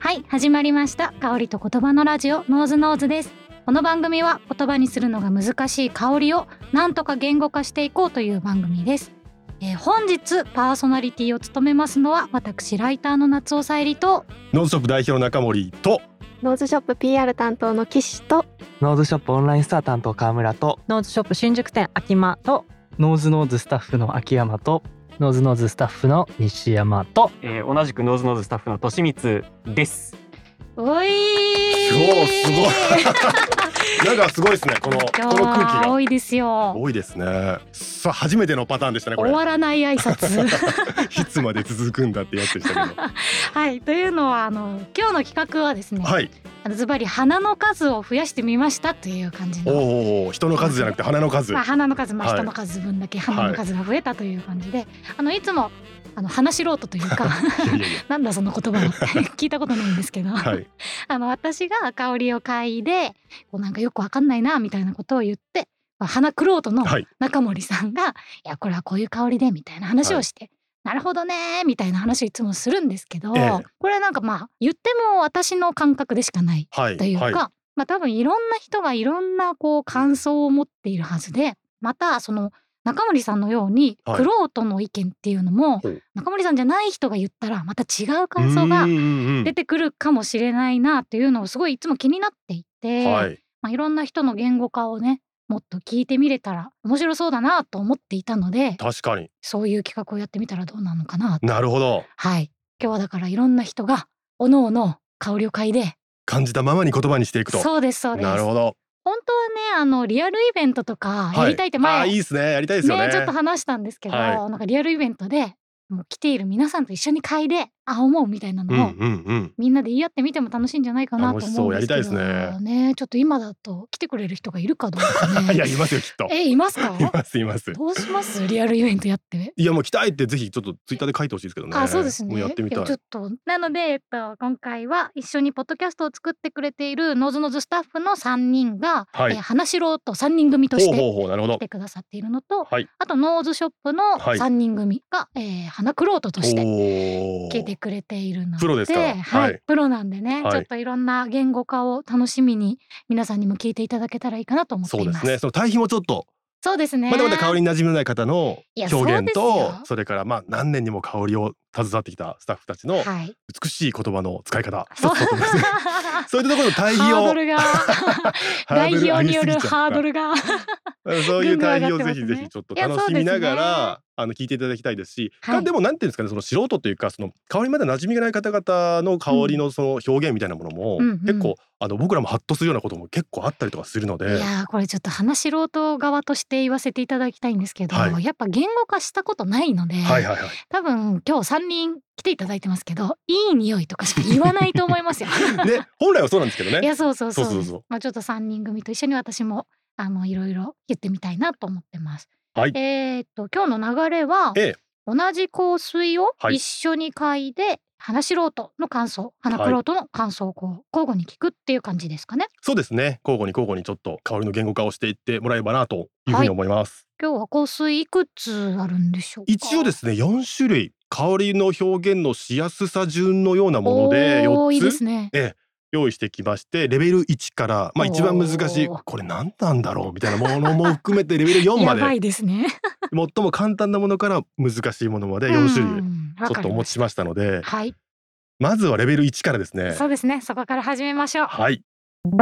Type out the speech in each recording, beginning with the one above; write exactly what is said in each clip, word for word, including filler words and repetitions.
はい、始まりました。香りと言葉のラジオ、ノーズノーズです。この番組は言葉にするのが難しい香りをなんとか言語化していこうという番組です。えー、本日パーソナリティを務めますのは私ライターの夏尾さえりとノーズショップ代表の中森とノーズショップ ピーアール 担当の岸とノーズショップオンラインストア担当川村とノーズショップ新宿店秋間とノーズノーズスタッフの秋山とノーズノーズスタッフの西山と、 えー、同じくノーズノーズスタッフのとしみつです。 おいーすごいなんかすごいですね、このこの空気が多いですよ。 多いですね。さあ初めてのパターンでしたねこれ。 終わらない挨拶いつまで続くんだってやつでしたけどはいというのはあの今日の企画はですね、 はい、 あのズバリ花の数を増やしてみましたという感じの。 おお、人の数じゃなくて花の数、 まあ、花の数、まあ、 はい、 人の数分だけ花の数が増えたという感じで、はい、あのいつもあの話しろとというかいやいやいやなんだその言葉を聞いたことないんですけど、はい、あの私が香りを嗅いでこうなんかよくわかんないなみたいなことを言って、まあ、花クロートの中森さんが、はい、いやこれはこういう香りでみたいな話をして、はい、なるほどねみたいな話をいつもするんですけど、ええ、これなんかまあ言っても私の感覚でしかないというか、はいはい、まあ多分いろんな人がいろんなこう感想を持っているはずで、またその中森さんのようにクロートの意見っていうのも、はい、中森さんじゃない人が言ったらまた違う感想が出てくるかもしれないなっていうのをすごいいつも気になっていて、はい、まあ、いろんな人の言語化をねもっと聞いてみれたら面白そうだなと思っていたので、 確かにそういう企画をやってみたらどうなのかなと。 なるほど。 はい、今日はだからいろんな人がおのおの香りを嗅いで感じたままに言葉にしていくと。 そうですそうです。 なるほど。 本当はねあのリアルイベントとかやりたいって前、 はい、あいいですね、やりたいですよね。 ねちょっと話したんですけど、 はい、 なんかリアルイベントでもう来ている皆さんと一緒に嗅いであ思うみたいなのを、うんうんうん、みんなで言い合ってみても楽しいんじゃないかなと思うんですけど、 楽しそう、やりたいですね。 ねちょっと今だと来てくれる人がいるかどうかねいやいますよきっと。 えいますか？ いますいます。 どうしますリアルイベントやって。 いやもう来たいってぜひちょっとツイッターで書いてほしいですけどね。 あそうですね。 もうやってみたい。 ちょっとなので、えっと、今回は一緒にポッドキャストを作ってくれているノーズノーズスタッフのさんにんが、はい、えー、話しろとさんにん組として来てくださっているのと、はい、あとノーズショップのさんにん組が、はい、えー、花クロートとして来てくれているので、 プロですか？ はいはい、プロなんでね、はい、ちょっといろんな言語化を楽しみに皆さんにも聞いていただけたらいいかなと思っています。 そうですね。その対比もちょっとそうですね。 まだまだ香りに馴染みのない方の表現と そ, それからまあ何年にも香りを携わってきたスタッフたちの美しい言葉の使い方、はい、そういったところの対比をハードルが代表によるハードルがそういう対比をぜひぜひちょっと楽しみながら、あの聞いていただきたいですし、はい、でもなんていうんですかね、その素人というかその香りまだ馴染みがない方々の香りのその表現みたいなものも、うん、結構あの僕らもハッとするようなことも結構あったりとかするので、 いやこれちょっと話しろと側として言わせていただきたいんですけど、はい、やっぱ言語化したことないので、はいはいはい、多分今日さんにん来ていただいてますけどいい匂いとかしか言わないと思いますよね、本来はそうなんですけどね。 いやそうそうそう、そうそうそう、まあ、ちょっとさんにん組と一緒に私もあのいろいろ言ってみたいなと思ってます。はい、えー、っと今日の流れは、ええ、同じ香水を一緒に嗅いで、はい、花しろうとの感想、花クロートの感想をこう交互に聞くっていう感じですかね。 そうですね、交互に交互にちょっと香りの言語化をしていってもらえばなというふうに思います。 はい、今日は香水いくつあるんでしょうか？ 一応ですねよん種類、香りの表現のしやすさ順のようなものでよっつ、 いいですね、 ええ、用意してきまして、レベルいちから、まあ、一番難しいこれ何なんだろうみたいなものも含めてレベルよんまでやばいですね最も簡単なものから難しいものまでよん種類ちょっとお持ちしましたので、はい、まずはレベルいちからですね。 そうですね、そこから始めましょう。 はい、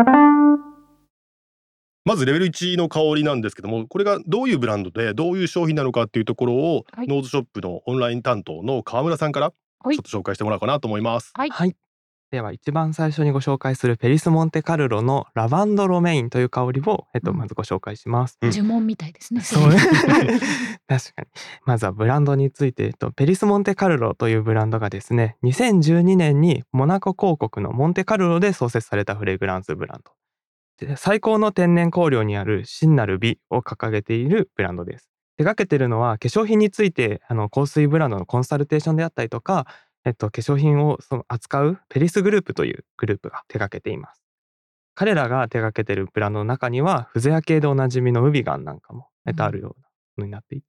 まずレベルいちの香りなんですけども、これがどういうブランドでどういう商品なのかっていうところを、はい、ノーズショップのオンライン担当の川村さんからちょっと紹介してもらおうかなと思います。 はい、はい、では一番最初にご紹介するペリス・モンテカルロのラバンド・ロメインという香りを、えっと、まずご紹介します。 うん、呪文みたいですね。 そう確かに。まずはブランドについて、えっと、ペリス・モンテカルロというブランドがですねにせんじゅうにねんにモナコ公国のモンテカルロで創設されたフレグランスブランドで、最高の天然香料にある真なる美を掲げているブランドです。手掛けているのは化粧品についてあの香水ブランドのコンサルテーションであったりとか、えっと、化粧品をその扱うペリスグループというグループが手掛けています。彼らが手掛けているブランドの中にはフゼア系でおなじみのウビガンなんかも、えっと、あるようなものになっていて、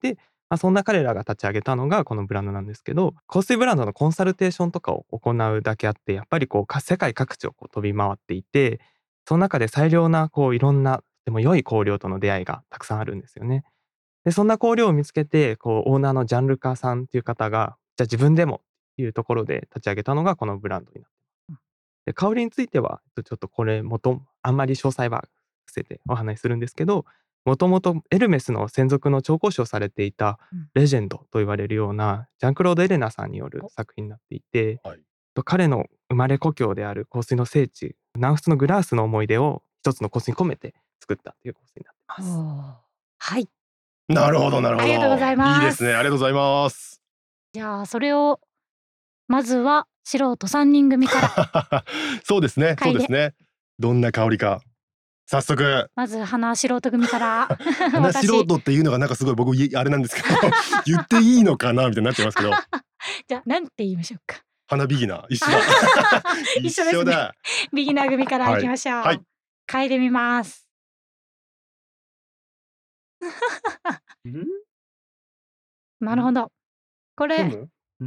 まあ、そんな彼らが立ち上げたのがこのブランドなんですけど、香水ブランドのコンサルテーションとかを行うだけあって、やっぱりこう世界各地をこう飛び回っていて、その中で最良なこういろんなでも良い香料との出会いがたくさんあるんですよね。でそんな香料を見つけて、こうオーナーのジャンルカさんっていう方が、じゃあ自分でもっていうところで立ち上げたのがこのブランドになってます。で香りについてはちょっとこれ元あんまり詳細は伏せてお話しするんですけど、もともとエルメスの専属の調香師をされていたレジェンドと言われるようなジャンクロード・エレナさんによる作品になっていて、はい、彼の生まれ故郷である香水の聖地南仏のグラースの思い出を一つの香水に込めて作ったという香水になってます。 はい、 なるほどなるほど、 ありがとうございます。 いいですね、ありがとうございます。 じゃあそれをまずは素人さんにん組からそうですねそうですね、どんな香りか早速まず花素人組から花素人っていうのがなんかすごい僕あれなんですけど言っていいのかなみたいになっちゃいますけどじゃあなんて言いましょうか。 花ビギナー一緒だ一緒ですね。ビギナー組からいきましょう。はいはい、嗅いでみます。なるほど。これ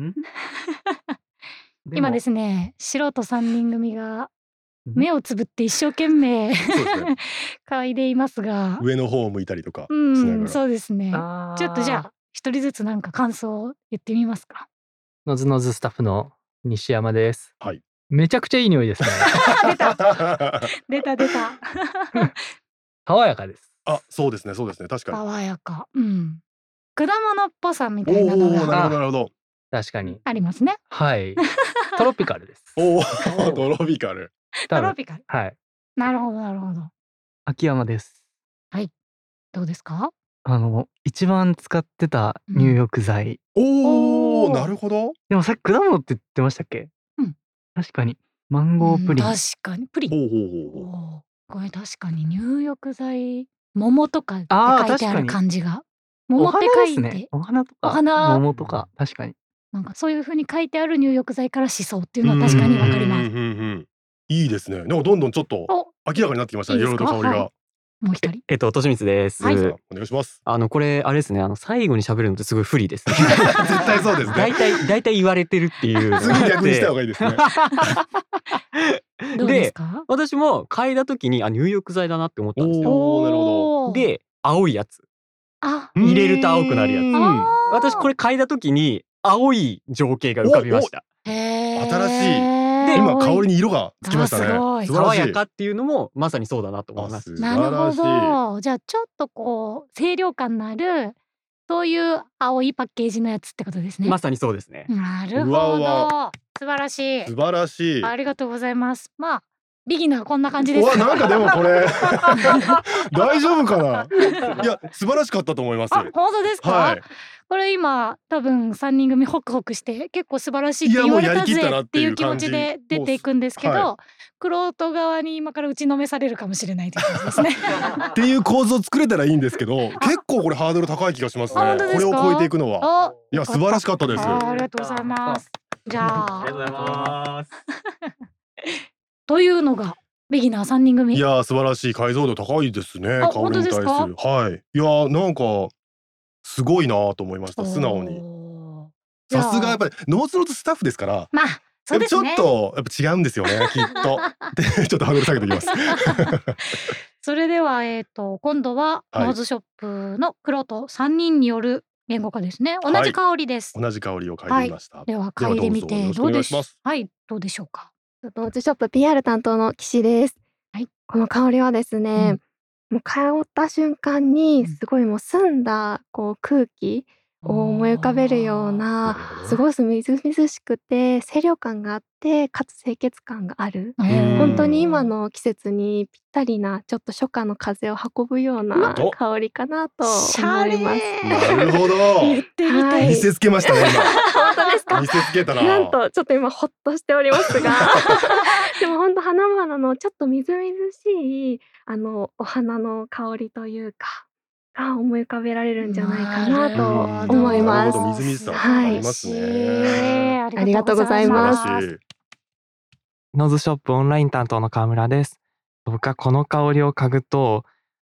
今ですね、素人さんにん組が目をつぶって一生懸命嗅いでいますが、 上の方を向いたりとかしながら、そうですね。ちょっとじゃあ一人ずつなんか感想を言ってみますか。 ノズノズスタッフの西山です。 はい。 めちゃくちゃいい匂いですね。 出た出た出た爽やかです。 あ、そうですねそうですね、確かに爽やか。うん。果物っぽさみたいなのが、 おお、なるほどなるほど、 確かにありますね。 はい。トロピカルです。 おお、トロピカル。 トロピカル。 はい。 なるほどなるほど。 秋山です。 はい。どうですか。 あの一番使ってた入浴剤。 うん、おお、なるほど。 でもさっき果物って言ってましたっけ。 うん。 確かにマンゴープリン。 確かにプリン。 ほうほうほうほう。 これ確かに入浴剤、桃とかって書いてある感じが。桃って書いて、 ね、お花とかお花桃とか確かに。 なんかそういう風に書いてある入浴剤からしそうっていうのは確かにわかります。 うんうんうん、いいですね。なんかどんどんちょっと明らかになってきましたね。いろいろと香りが。はい、 もう一人。 えっととしみつです。 はい、お願いします。 あのこれあれですね。あの最後に喋るのってすごい不利ですね。 絶対そうですね。 だいたいだいたい言われてるっていう。 次逆にした方がいいですね。 どうですか。 私も嗅いだ時にあ入浴剤だなって思ったんですよ。 おお、なるほど。 で青いやつ。 あ、 入れると青くなるやつ。うん、私これ嗅いだ時に青い情景が浮かびました。 へー、 新しい。で今香りに色がつきましたね。 爽やかっていうのもまさにそうだなと思います。 なるほど。じゃあちょっとこう清涼感のあるそういう青いパッケージのやつってことですね。 まさにそうですね。 なるほど。素晴らしい。 素晴らしい。 ありがとうございます。まあビギナーこんな感じです。 わ、なんかでもこれ大丈夫かな。いや素晴らしかったと思います。 あ、本当ですか。はい、これ今多分さんにん組ホクホクして結構素晴らしいって言われたぜっていう気持ちで出ていくんですけど、玄人側に今から打ちのめされるかもしれないという感じですね。 っていう構造を作れたらいいんですけど、結構これハードル高い気がしますね。これを超えていくのは。いや素晴らしかったです。 ありがとうございます。じゃあ。 ありがとうございます。 というのがビギナーさんにん組。 いや素晴らしい、解像度高いですね。香りに対する。はい。いやなんかすごいなと思いました。素直に。さすがやっぱりノーズノーズスタッフですから。 まあそうですね。 ちょっとやっぱ違うんですよねきっと。でちょっとハードル下げておきます。 それではえっと今度はノーズショップの玄人さんにんによる言語化ですね。同じ香りです。 同じ香りを嗅いでみました。 では嗅いでみてどうでしょう。はい、どうでしょうか。 ノーズショップ ピーアール 担当の岸です。 はい、 この香りはですね、もう香った瞬間にすごいもう澄んだこう空気を思い浮かべるような、すごいみずみずしくて清涼感があってかつ清潔感がある、本当に今の季節にぴったりなちょっと初夏の風を運ぶような香りかなと思います。 なるほど。 言ってみたい。 見せつけましたね今。 本当ですか。 見せつけたな。 なんとちょっと今ほっとしておりますがでも本当花々のちょっとみずみずしいあのお花の香りというかが思い浮かべられるんじゃないかなと思います。 みずみずしさありますね。 ありがとうございます。 ノーズショップオンライン担当の川村です。僕はこの香りを嗅ぐと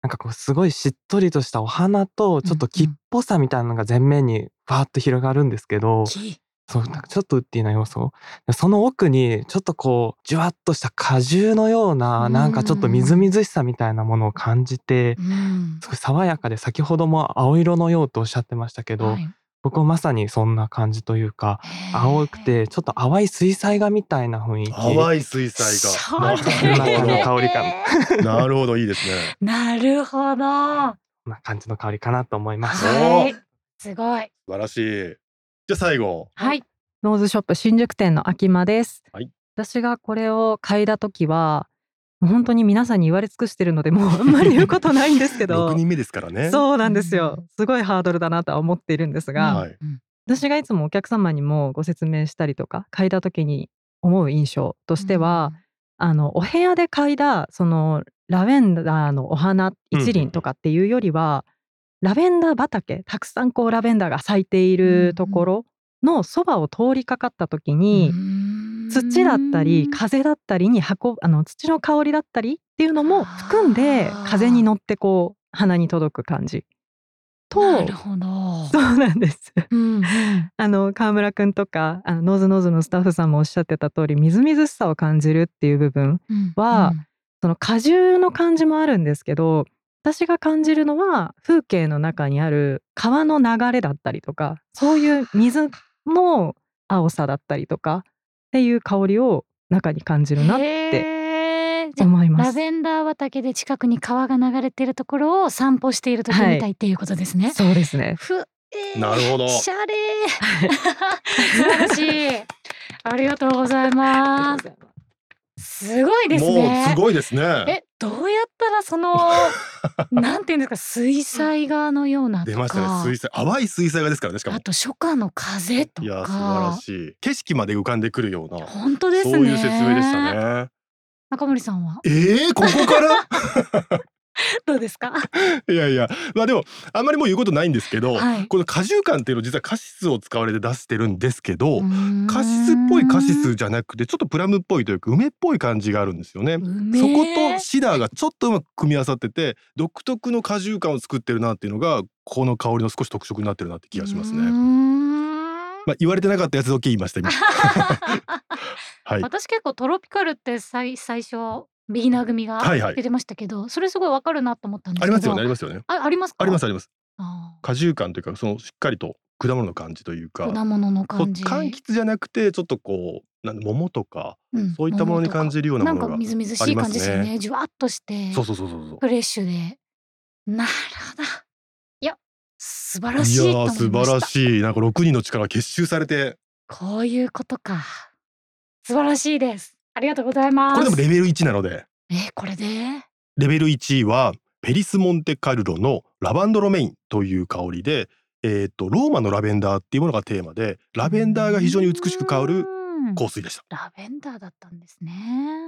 なんかこうすごいしっとりとしたお花とちょっと木っぽさみたいなのが前面にバーッと広がるんですけど、そうなんかちょっとウッディな要素、その奥にちょっとこうじゅわっとした果汁のようななんかちょっとみずみずしさみたいなものを感じて、すごい爽やかで、先ほども青色のようとおっしゃってましたけど、はい、僕もまさにそんな感じというか、青くてちょっと淡い水彩画みたいな雰囲気。 淡い水彩画。 なるほど香りかな。なるほど、いいですね。 なるほど。こんな感じの香りかなと思います。 はい、すごい。 素晴らしい。じゃあ最後。 はい。ノーズショップ新宿店の秋間です。 はい。 私がこれを嗅いだ時は本当に皆さんに言われ尽くしてるのでもうあんまり言うことないんですけどろくにんめですからね。 そうなんですよ。すごいハードルだなとは思っているんですが、はい、私がいつもお客様にもご説明したりとか嗅いだ時に思う印象としては、うん、あのお部屋で嗅いだそのラベンダーのお花一輪とかっていうよりは、うん、ラベンダー畑、たくさんこうラベンダーが咲いているところのそばを通りかかった時に、うん、土だったり風だったりに運あの土の香りだったりっていうのも含んで風に乗ってこう鼻に届く感じと。 なるほど。 そうなんです、 うんうん、 あの川村くんとかあのノーズノーズのスタッフさんもおっしゃってた通り、みずみずしさを感じるっていう部分は、うんうん、その果汁の感じもあるんですけど、私が感じるのは風景の中にある川の流れだったりとか、そういう水の青さだったりとかっていう香りを中に感じるなって思います。 ラベンダー畑で近くに川が流れているところを散歩している時みたいっていうことですね。 はい、そうですね。 ふ、えー、 なるほど。 シャレー素晴らしい。ありがとうございます。すごいですね。 もうすごいですね。 え、どうやったらそのなんていうんですか、水彩画のようなとか。 出ましたね。水彩、淡い水彩画ですからね。しかも。 あと初夏の風とか。 いや素晴らしい。景色まで浮かんでくるような。 本当ですね。 そういう説明でしたね。 中森さんは。 えー、ここからどうですか。 いやいや、まあでもあんまりもう言うことないんですけど、はい、この果汁感っていうの実はカシスを使われて出してるんですけど、カシスっぽいカシスじゃなくてちょっとプラムっぽいというか梅っぽい感じがあるんですよね。そことシダーがちょっとうまく組み合わさってて独特の果汁感を作ってるなっていうのがこの香りの少し特色になってるなって気がしますね。まあ言われてなかったやつだけ言いました今。 はい、私結構トロピカルって最最初ビギナー組が出てましたけど、はいはい、それすごいわかるなと思ったんですけど。 ありますよね、ありますよね。 あ、ありますか。 ありますあります。果汁感というかそのしっかりと果物の感じというか、 果物の感じ、 柑橘じゃなくてちょっとこうなん桃とか、うん、そういったものに感じるようなものがありますね。なんかみずみずしい感じですよね。じゅわっとしてそうそうそうそうフレッシュで。なるほど。いや素晴らしいと思いました。 いや素晴らしい。なんかろくにんの力が結集されて。 こういうことか。素晴らしいです。ありがとうございます。 これでもレベルいちなので。 え、これでレベルいちいはペリス・モンテカルロのラバンドロメインという香りで、えー、とローマのラベンダーっていうものがテーマで、ラベンダーが非常に美しく香る香水でした。 ラベンダーだったんですね。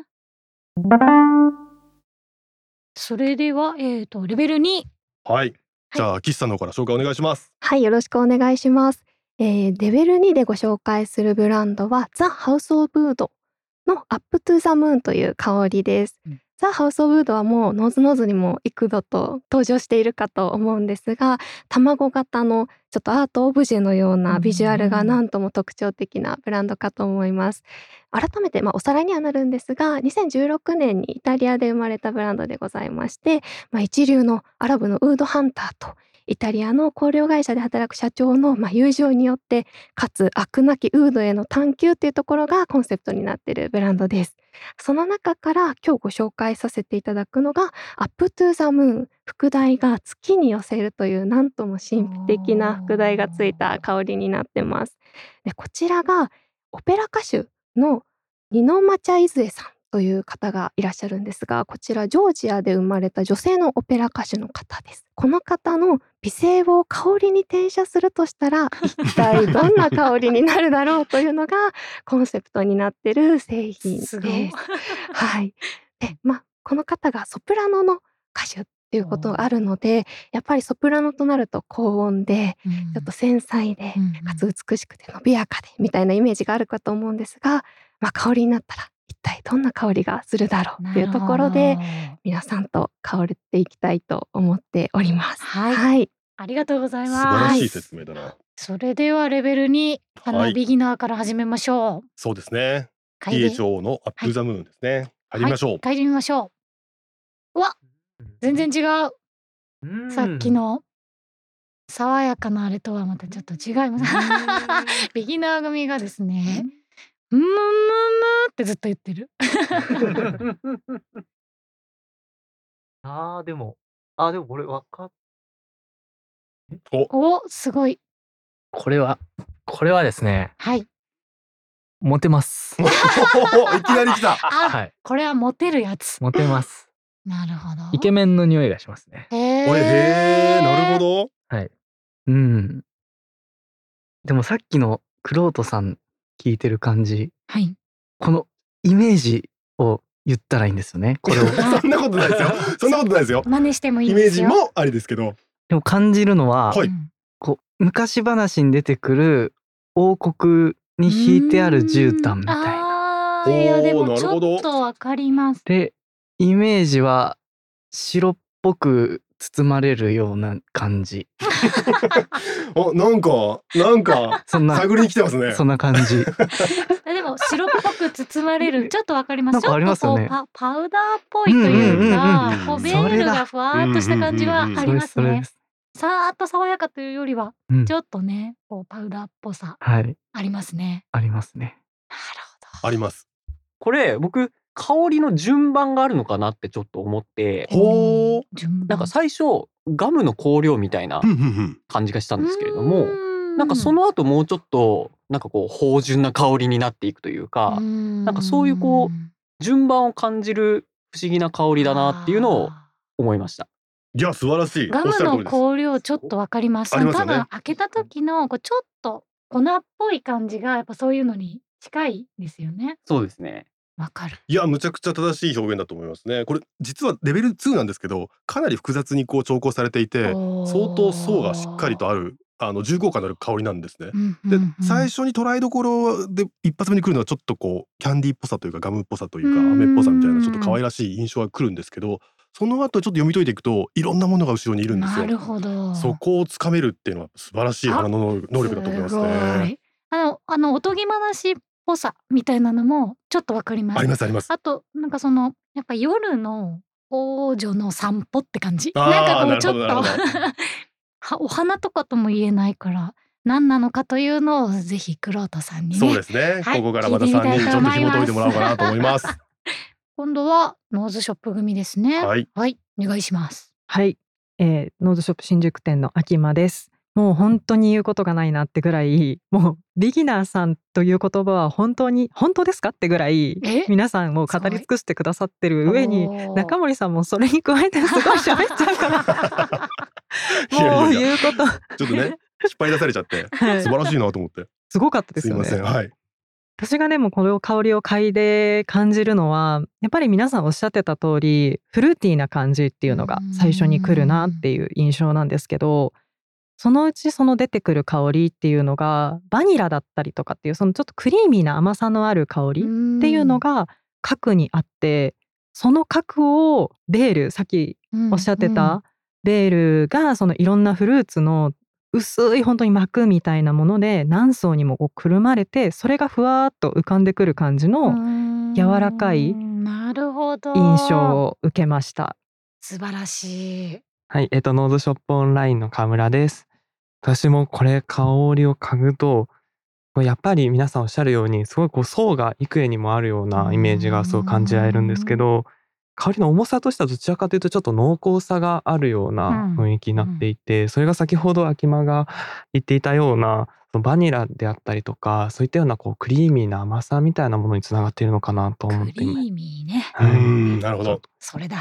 それでは、えー、とレベルに。 はい、じゃあ岸さんの方から紹介お願いします。 はい、よろしくお願いします。えー、レベルにでご紹介するブランドはザ・ハウス・オブ・ウードのアップ・トゥ・ザ・ムーンという香りです。うん、ザ・ハウス・オブ・ウードはもうノーズノーズにも幾度と登場しているかと思うんですが、卵型のちょっとアートオブジェのようなビジュアルがなんとも特徴的なブランドかと思います。改めて、まあ、おさらいにはなるんですが、にせんじゅうろくねんにイタリアで生まれたブランドでございまして、まあ、一流のアラブのウードハンターとイタリアの香料会社で働く社長の、まあ、友情によってかつ飽くなきウードへの探求というところがコンセプトになっているブランドです。その中から今日ご紹介させていただくのがアップトゥザムーン、副題が月に寄せるというなんとも神秘的な副題がついた香りになってます。でこちらがオペラ歌手のニノ・マチャイズエさんという方がいらっしゃるんですが、こちらジョージアで生まれた女性のオペラ歌手の方です。この方の美声を香りに転写するとしたら一体どんな香りになるだろうというのがコンセプトになっている製品です。はい。で、まあこの方がソプラノの歌手っていうことがあるので、やっぱりソプラノとなると高音で、うん、ちょっと繊細で、うん、かつ美しくて伸びやかでみたいなイメージがあるかと思うんですが、まあ、香りになったら一体どんな香りがするだろうっていうところで皆さんと香っていきたいと思っております。 はい、 はい、 ありがとうございます。 素晴らしい説明だな。 それではレベルにあの、はい、ビギナーから始めましょう。 そうですね。ティーエイチオー のアップザムーンですね。入りましょう。 入りましょう。うわ、全然違う。さっきの爽やかなあれとはまたちょっと違います。ビギナー組がですね、うんむむむってずっと言ってる。 あーでもあでもこれわかっお、おすごい。 これはこれはですね、 はい。 モテます。 いきなり来た。 はい。これはモテるやつ。 モテます。 なるほど。 イケメンの匂いがしますね。 へえ、なるほど。 はい。うん。でもさっきのクロートさん聞いてる感じ、 はい。 このイメージを言ったらいいんですよね。これをそんなことないですよ。そんなことないですよ。 真似してもいいイメージもありですけど。 でも感じるのは、 はい、 こう昔話に出てくる王国に引いてある絨毯みたいな。 あ、いやでもちょっとわかります。 でイメージは白っぽく包まれるような感じ。 あ、なんかなんか探りに来てますね。 そんな感じ。 でも白っぽく包まれるちょっとわかります。 なんかありますよね。 ちょっとこう パ, パウダーっぽいというか、こうベールがふわーっとした感じはありますね。さーっと爽やかというよりは、うん、ちょっとねこうパウダーっぽさありますね。 はい、ありますね。 なるほど。あります。 これ僕香りの順番があるのかなってちょっと思って、 ほーなんか最初ガムの香料みたいな感じがしたんですけれども、なんかその後もうちょっとなんかこう芳醇な香りになっていくというか、なんかそういうこう順番を感じる不思議な香りだなっていうのを思いました。 いや素晴らしい。 ガムの香料ちょっとわかります。多分開けた時のこうちょっと粉っぽい感じがやっぱそういうのに近いですよね。 そうですね。 わかる。 いやむちゃくちゃ正しい表現だと思いますね。これ実はレベルツーなんですけど、かなり複雑にこう調香されていて、相当層がしっかりとあるあの重厚感のある香りなんですね。うんうんうん、で最初に捉えどころで一発目に来るのはちょっとこうキャンディーっぽさというかガムっぽさというか飴っぽさみたいなちょっと可愛らしい印象が来るんですけど、その後ちょっと読み解いていくといろんなものが後ろにいるんですよ。 なるほど。 そこをつかめるっていうのは素晴らしい花の能力だと思いますね。 あのあのおとぎ話っぽさみたいなのもちょっとわかります。 ありますあります。 あとなんかそのやっぱ夜の王女の散歩って感じ。なんかこうちょっとお花とかとも言えないから何なのかというのをぜひクロートさんにね。 そうですね。はい、ここからまたさんにんちょっと紐解いてもらおうかなと思います。 今度はノーズショップ組ですね。はい、はい、お願いします。 はい、えー、ノーズショップ新宿店の秋間です。もう本当に言うことがないなってぐらい、もうビギナーさんという言葉は本当に本当ですかってぐらい皆さんも語り尽くしてくださってる上に、中森さんもそれに加えてすごい喋っちゃうからもう言うことちょっとね引っ張り出されちゃって、はい、素晴らしいなと思って。 すごかったですよね。 すいません。はい。 私がでもこの香りを嗅いで感じるのはやっぱり皆さんおっしゃってた通りフルーティーな感じっていうのが最初に来るなっていう印象なんですけど、そのうちその出てくる香りっていうのがバニラだったりとかっていうそのちょっとクリーミーな甘さのある香りっていうのが核にあって、その核をベール、さっきおっしゃってたベールがそのいろんなフルーツの薄い本当に膜みたいなもので何層にもこうくるまれて、それがふわーっと浮かんでくる感じの柔らかい印象を受けました。 素晴らしい。 はい、えっとノーズショップオンラインの川村です。私もこれ香りを嗅ぐとやっぱり皆さんおっしゃるようにすごいこう層が幾重にもあるようなイメージがすごく感じられるんですけど、香りの重さとしてはどちらかというとちょっと濃厚さがあるような雰囲気になっていて、うんうん、それが先ほど秋間が言っていたようなバニラであったりとかそういったようなこうクリーミーな甘さみたいなものにつながっているのかなと思っています。 クリーミーね。 はい、うんなるほど。 それだ。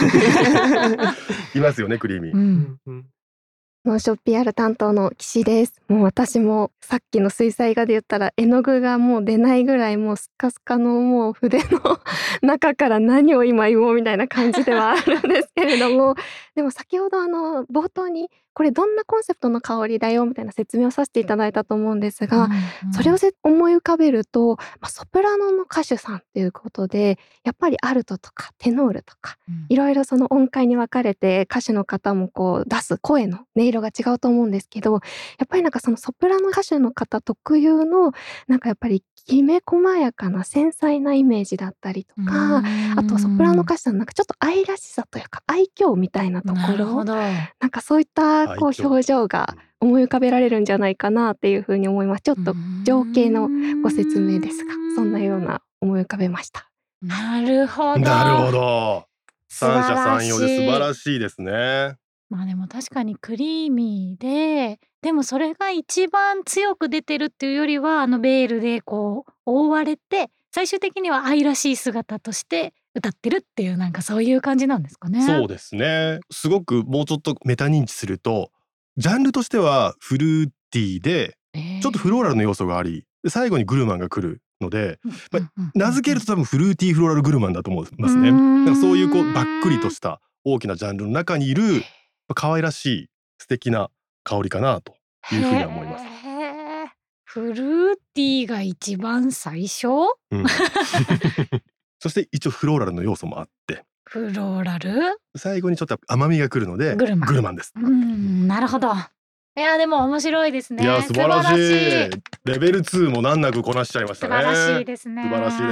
いますよねクリーミー。 うんうんノーショッ ピーアール 担当の岸です。もう私もさっきの水彩画で言ったら絵の具がもう出ないぐらいもうスカスカのもう筆の中から何を今言おうみたいな感じではあるんですけれどもでも先ほどあの冒頭にこれどんなコンセプトの香りだよみたいな説明をさせていただいたと思うんですが、うんうん、それを思い浮かべると、まあ、ソプラノの歌手さんっていうことでやっぱりアルトとかテノールとか、うん、いろいろその音階に分かれて歌手の方もこう出す声の音色が違うと思うんですけど、やっぱりなんかそのソプラノ歌手の方特有のなんかやっぱりきめ細やかな繊細なイメージだったりとか、あとソプラノ歌手さんなんかちょっと愛らしさというか愛嬌みたいなところ、なんかそういったこう表情が思い浮かべられるんじゃないかなっていうふうに思います。ちょっと情景のご説明ですが、そんなような思い浮かべました。 なるほど。 なるほど。三者三様で素晴らしいですね。 まあでも確かにクリーミーで、でもそれが一番強く出てるっていうよりは、あのベールでこう覆われて、最終的には愛らしい姿として歌ってるっていう、なんかそういう感じなんですかね。 そうですね。すごくもうちょっとメタ認知すると、ジャンルとしてはフルーティーで、ちょっとフローラルの要素があり、最後にグルマンが来るので、まあ、名付けると多分フルーティーフローラルグルマンだと思いますね。なんかそういうこうばっくりとした大きなジャンルの中にいる可愛らしい素敵な香りかなというふうには思います。 フルーティーが一番最初、うん、 そして一応フローラルの要素もあって、 フローラル最後にちょっと甘みが来るのでグルマン、グルマンです。 うん、なるほど。いやでも面白いですね。 いや素晴らしい。レベルツーも難なくこなしちゃいましたね。 素晴らしいですね。 素晴らしいです。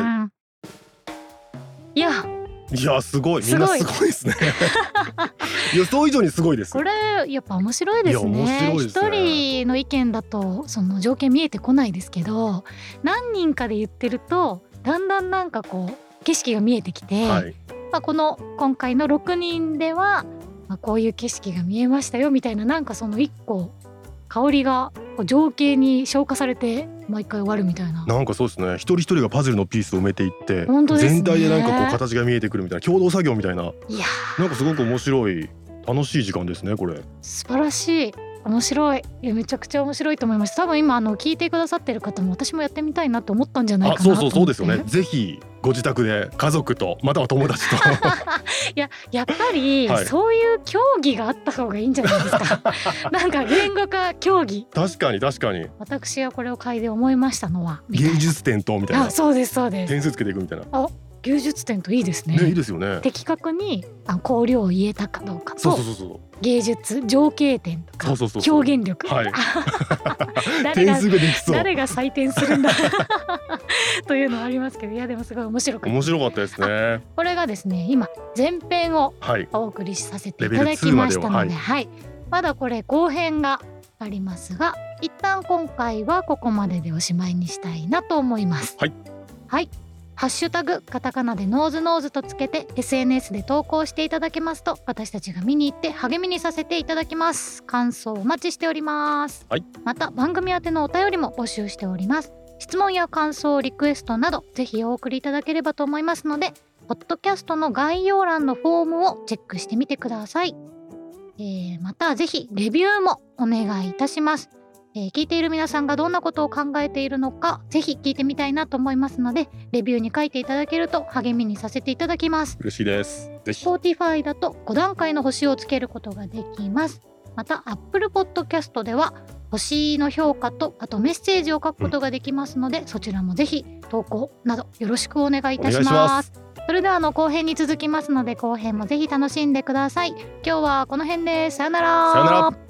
いやいやすごい、みんなすごいですね。予想以上にすごいです。 これやっぱ面白いですね。一人の意見だとその条件見えてこないですけど、何人かで言ってるとだんだんなんかこう景色が見えてきて、はい、まあ、この今回のろくにんでは、まあ、こういう景色が見えましたよみたいな、なんかその一個香りが情景に消化されて毎回終わるみたいな。 なんかそうですね。一人一人がパズルのピースを埋めていって、 本当ですね、 全体でなんかこう形が見えてくるみたいな共同作業みたいな。いやなんかすごく面白い楽しい時間ですねこれ。 素晴らしい。面白い。いやめちゃくちゃ面白いと思いました。多分今あの聞いてくださってる方も私もやってみたいなと思ったんじゃないかなと思って。 あ、そうそうそうですよね。ぜひご自宅で家族とまたは友達といややっぱり、はい、そういう競技があった方がいいんじゃないですか。なんか言語化競技。 確かに確かに。 私がこれを嗅いで思いましたのは芸術点とみたいな。 あ、そうですそうです。 点数つけていくみたいな。 あ、芸術点といいですね。 ね、いいですよね。 的確にあ香料を言えたかどうかと、 そうそうそうそう。 芸術情景点とか、そうそうそうそう、表現力、はい、誰が点数ができそう。 誰が採点するんだというのはありますけど、いやでもすごい面白かった。 面白かったですね。 これがですね今前編をお送りさせていただきましたので、はい、はい、まだこれ後編がありますが、一旦今回はここまででおしまいにしたいなと思います。 はい、 はい、ハッシュタグカタカナでノーズノーズとつけて エスエヌエス で投稿していただけますと、私たちが見に行って励みにさせていただきます。感想お待ちしております、 はい、 また番組宛てのお便りも募集しております。質問や感想リクエストなどぜひお送りいただければと思いますので、ポッドキャストの概要欄のフォームをチェックしてみてください。えー、またぜひレビューもお願いいたします。えー、聞いている皆さんがどんなことを考えているのかぜひ聞いてみたいなと思いますので、レビューに書いていただけると励みにさせていただきます。 嬉しいです。ぜひ Spotify だとご段階の星をつけることができます。また Apple Podcast では星の評価とあとメッセージを書くことができますので、うん、そちらもぜひ投稿などよろしくお願いいたします。それではあの後編に続きますので後編もぜひ楽しんでください。今日はこの辺です。さよなら。 さよなら。